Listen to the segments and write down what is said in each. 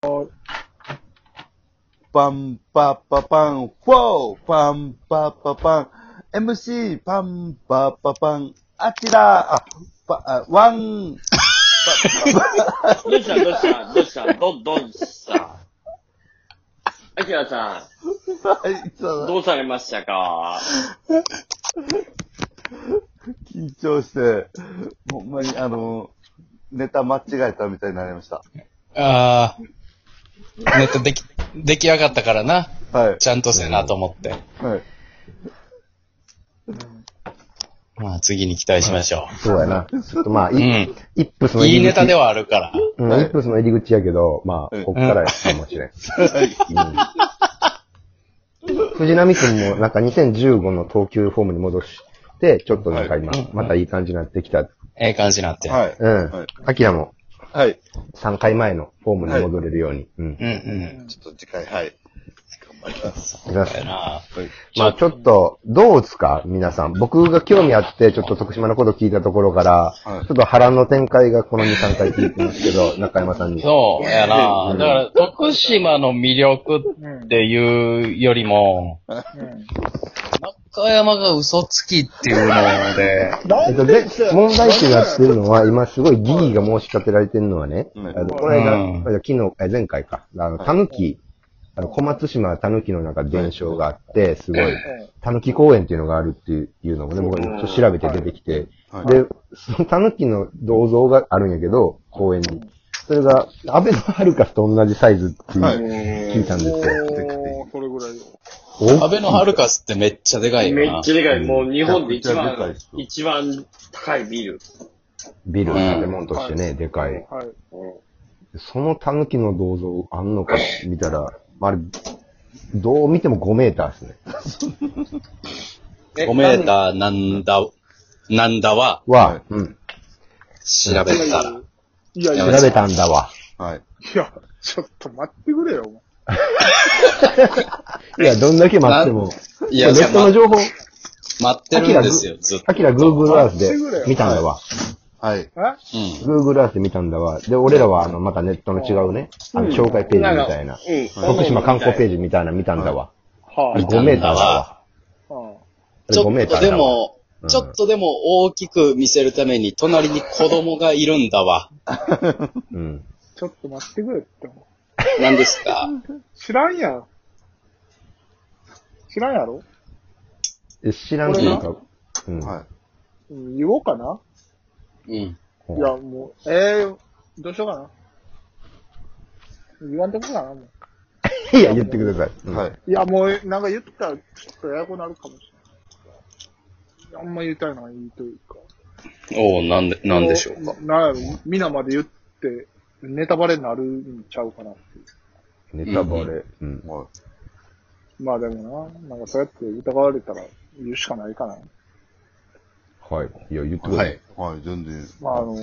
パンパパパン、フォーパンパパパン、MC パンパパパン、あちら、ワン、 どうしたアキラさん、どうされましたか？ 緊張して、ほんまにネタ間違えたみたいになりました。 ああ、ネタ出来上がったからな。 はい。 ちゃんとせなと思って。 はい。 まあ次に期待しましょう。 そうやな。ちょっとまあ、 うん。 イップスの入り口。 いいネタではあるから。 うん、イップスの入り口やけど、まあ、こっからやかもしれん。藤波くんもなんか2015の投球フォームに戻して、ちょっとなんか今、またいい感じになってきた。 ええ感じになって。 はい。 うん。アキラも、 はい。 3回前のフォームに戻れるように。うん。 ちょっと次回、はい。頑張ります。 そうやな。 まあちょっと、どうですか皆さん。僕が興味あって、ちょっと徳島のこと聞いたところから、ちょっと波乱の展開がこの2、3回聞いてますけど、中山さんに。 そうやな。だから、徳島の魅力っていうよりも、中山が嘘つきっていうので、 で、問題点になってるのは、今すごい疑義が申し立てられてるのはね、この間、昨日、前回か、たぬき、小松島たぬきの中で伝承があって、すごい、たぬき公園っていうのがあるっていうのをね、僕ちょっと調べて出てきて、で、そのたぬきの銅像があるんやけど、公園に。それが、安倍のハルカスと同じサイズって聞いたんですよ。 それぐらいよ。 安倍のハルカスってめっちゃでかいよな。 めっちゃでかい。もう日本で一番高いビル。 ビル、建物としてね、でかい。そのタヌキの銅像あんのか見たら、あれ、どう見ても5メーターですね。 5メーターなんだわ。 うん。 調べたら。 いや、 調べたんだわ。 はい。 いや、ちょっと待ってくれよ。 いや、どんだけ待っても。 いや、 ネットの情報。 待ってるんですよ、ずっと。 アキラ Google Earth で見たんだわ。 はい。 Google Earth で見たんだわ。で、俺らはまたネットの違うね、紹介ページみたいな。徳島観光ページみたいなの見たんだわ。5メーターだわ。 ちょっとでも大きく見せるために隣に子供がいるんだわ。 うん。 ちょっと待ってくれって。 何ですか？ 知らんやん。知らんやろ？ 知らんけど。うん。 はい。 言おうかな？ うん。 いや、もう、どうしようかな。言わんとこかな、もう。いや、言ってください。 はい。 いや、もう、なんか言ったら、ちょっとややこになるかもしれない。あんま言いたいのはいいというか。 なんでしょうか。 なんやろ、皆まで言って、ネタバレになるんちゃうかなっていう。 ネタバレ。うん。 まあでもな、なんかそうやって疑われたら言うしかないかな。 はい。いや、言ってください。 はい、全然。 まあ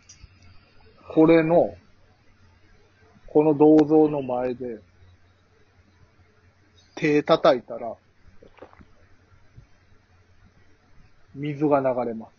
この銅像の前で、手叩いたら、水が流れます。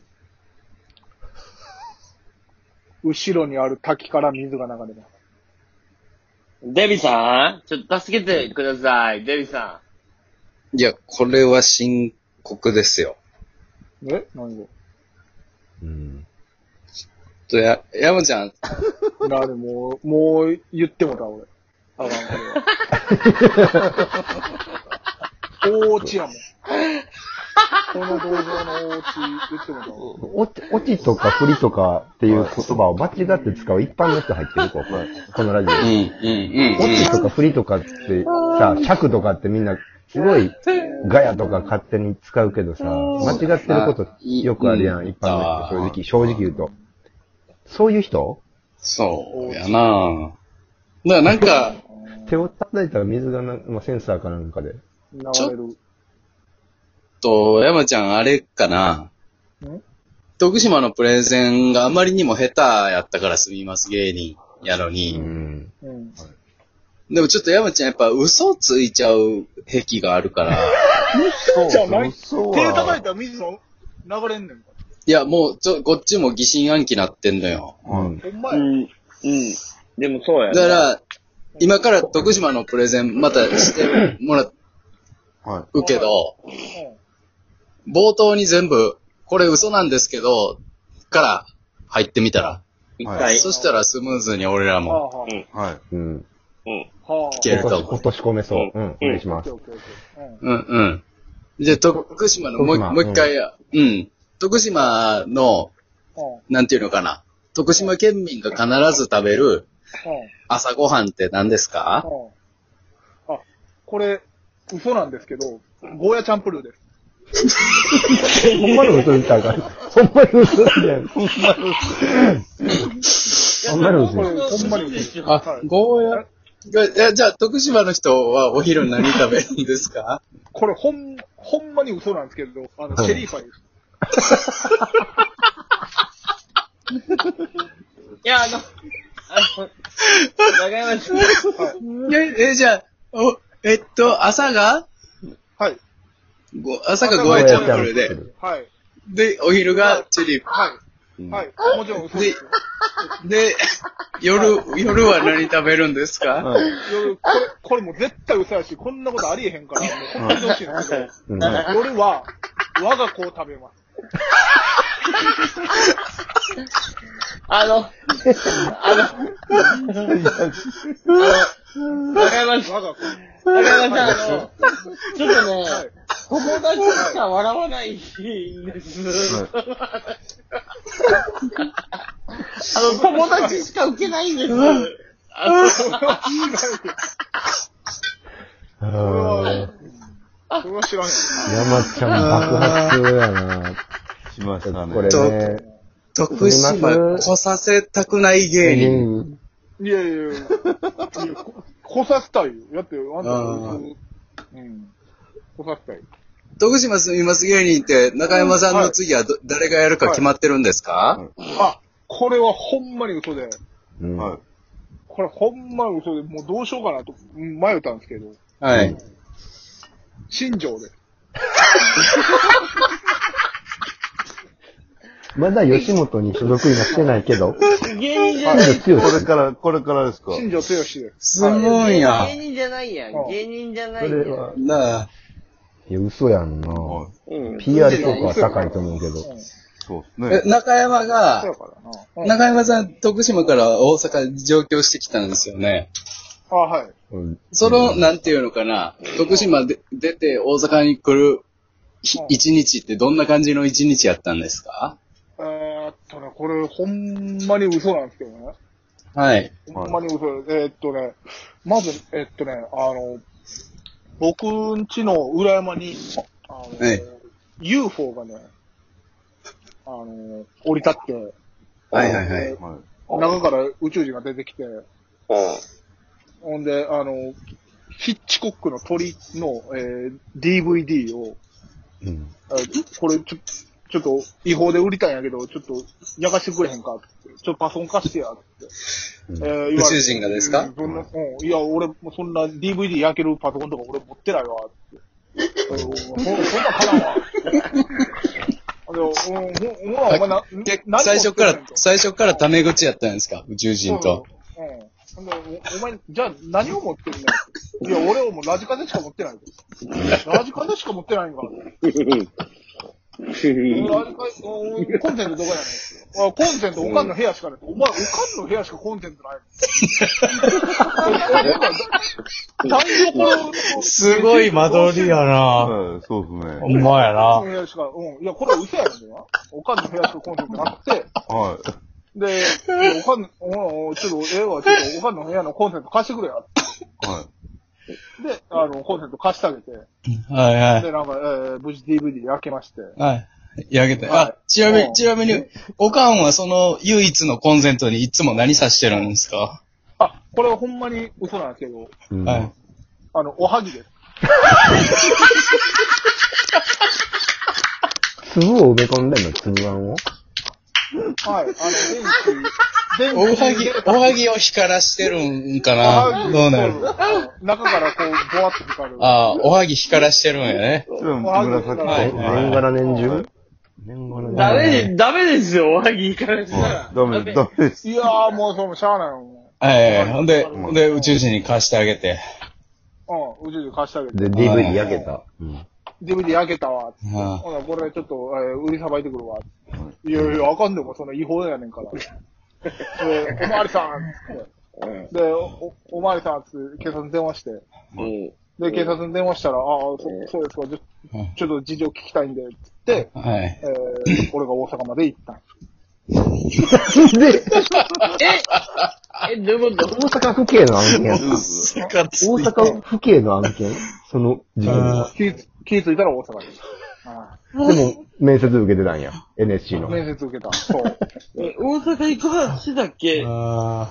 後ろにある滝から水が流れます。 デビさんちょっと助けてください、デビさいや、これは深刻ですよ。 何がうん。 山ちゃん。 もう言ってもた、俺。あかん、これは。大落ちやもん。この銅像の大落ち言ってもた。 落ちとか振りとかっていう言葉を間違って使う一般の人入ってるこのラジオ。落ちとか振りとかってさ、尺とかってみんなすごいガヤとか勝手に使うけどさ、間違ってることよくあるやん、一般の人。正直言うと。そういう人？ そうやな。だからなんか、 手を叩いたら水がセンサーかなんかで。 ちょっと、山ちゃんあれかな。徳島のプレゼンがあまりにも下手やったからすみます芸人やのに。でもちょっと山ちゃんやっぱ嘘ついちゃう癖があるから。 嘘じゃない。手叩いたら水の流れんねんか。 いや、もう、こっちも疑心暗鬼なってんのよ。 ほんまや。 でもそうやね。 だから、 今から徳島のプレゼンまたしてもらうけど、冒頭に全部、これ嘘なんですけど、から入ってみたら。 はい。 そしたらスムーズに俺らも、 はい。 うん。 いけると思う。 落とし込めそう。うん。お願いします。 じゃあ、徳島のもう一回、徳島の、なんていうのかな。徳島県民が必ず食べる朝ごはんって何ですか？ あ、これ、嘘なんですけど、ゴーヤチャンプルーです。 ほんまの嘘言ったらあかん。ほんまに嘘じゃん。ほんまの嘘。 ほんまに嘘。 あ、ゴーヤ。じゃあ、徳島の人はお昼何食べるんですか？ これほんまに嘘なんですけど、チェリーパイです。 いや、長山さん。 じゃあ、朝がはい。 朝がゴーヤチャンプルーで。 はい。 で、お昼がチェリー。 はい。はい。もちろん嘘です。 で、夜は何食べるんですか？ 夜、これもう絶対嘘やし、こんなことありえへんから、もう本当に欲しいんですけど、夜は、我が子を食べます。 中山さん、ちょっとね、友達しか笑わないんです。友達しか受けないんです。 それは知らんやん。 山ちゃん爆発やな。 しましたね。 これね。 徳島来させたくない芸人。 いや、来させたいよ。だって、あんた来させたい。 徳島住みます芸人って中山さんの次は誰がやるか決まってるんですか？ あ、これはほんまに嘘で。 はい。 これほんまに嘘で、もうどうしようかなと迷ったんですけど。 はい。 新庄で。 まだ吉本に所属今してないけど。 芸人じゃない。 これからですか？ 新庄剛志で。 すごいや。 芸人じゃないやん。芸人じゃないやん。 それは。 なあ。 いや、嘘やんな。PR 効果は高いと思うけど。 そうですね。 中山さん、徳島から大阪上京してきたんですよね。 あ、はい。 なんていうのかな。徳島で出て大阪に来る一日ってどんな感じの一日やったんですか？ これほんまに嘘なんですけどね。 はい。 ほんまに嘘。まず、僕ん家の裏山に、UFO がね、降り立って、 はいはいはい。 中から宇宙人が出てきて、ほんで、ヒッチコックの鳥の、DVD を、これちょっと違法で売りたいんやけど、ちょっと焼かしてくれへんかって。ちょっとパソコン貸してやって。 宇宙人がですか？ いや、俺もそんな DVD 焼けるパソコンとか俺持ってないわって。そんなからんわ。 最初からタメ口やったんですか？宇宙人と。 お前、じゃあ何を持ってるんだよ。いや、俺はもうラジカセしか持ってない。ラジカセしか持ってないんか。コンセントどこやねん。コンセントおかんの部屋しかない。お前、おかんの部屋しかコンセントない。 すごい間取りやな。 そうですね。 ほんまやな。 いや、これは嘘やねんな。おかんの部屋しかコンセントなくて。 はい。 で、おかんの、ちょっとおかんの部屋のコンセント貸してくれや。はい。で、コンセント貸してあげて。 はいはい。 で、なんか、無事 DVD 焼けまして。 はい。焼けて。ちなみに、おかんはその唯一のコンセントにいつも何挿してるんですか？ これはほんまに嘘なんですけど。 はい。 おはぎです。 粒を埋め込んでんの？粒あんを？ はい。 おはぎを光らしてるんかな？どうなる？ 中からこう、ぼわっと光る。 おはぎ光らしてるんやね。 年がら年中？ ダメですよ、おはぎ光らしたら。 ダメです。 いやーもうしゃあないよ。 ほんで、宇宙人に貸してあげて。 宇宙人貸してあげて。 で、DVD 焼けた。 DVD 焼けたわ。ほな、これちょっと、売りさばいてくるわ。いやいや、あかんでも、そんな違法やねんから。で、おまわりさんつって。で、おまわりさんつって警察に電話して。で、警察に電話したら、そうですか、ちょっと事情聞きたいんで、つって、俺が大阪まで行ったんです。 で、 どういうこと大阪府警の案件。大阪府警の案件その事件は。 気づいたら大阪です。 でも、面接受けてたんや。NSC の。 面接受けた。そう。 大阪行く話だっけ？ わ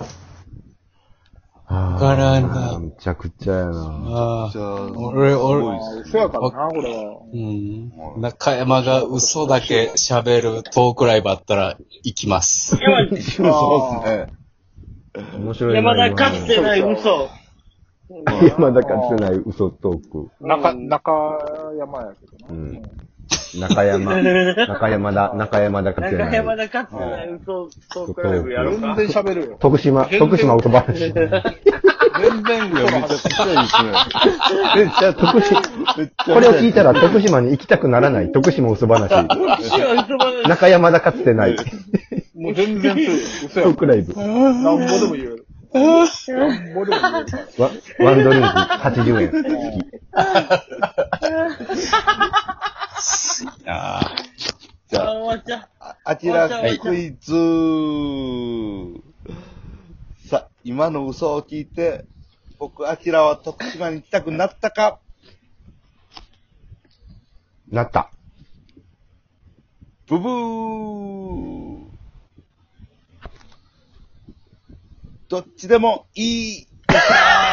からんな。 むちゃくちゃやな。 俺、 嘘やからな、これは。 中山が嘘だけ喋るトークライブあったら行きます。 そうですね。 面白いな。 山田かつてない嘘。 山田かつてない嘘トーク。 中山やけどな。 中山田かつてない。 中山田かつてない嘘トークライブやるか。 全然喋るよ。 徳島嘘話。 全然嘘の話。 これを聞いたら徳島に行きたくならない徳島嘘話。中山田かつてない。 もう全然嘘や。 トークライブ。 なんぼでも言える。なんぼでも言える。 ワンドリンク80円。 じゃあ、あちらクイズ。さ、今の嘘を聞いて、僕、あちらは徳島に行きたくなったか？ なった。 ブブー。どっちでもいい。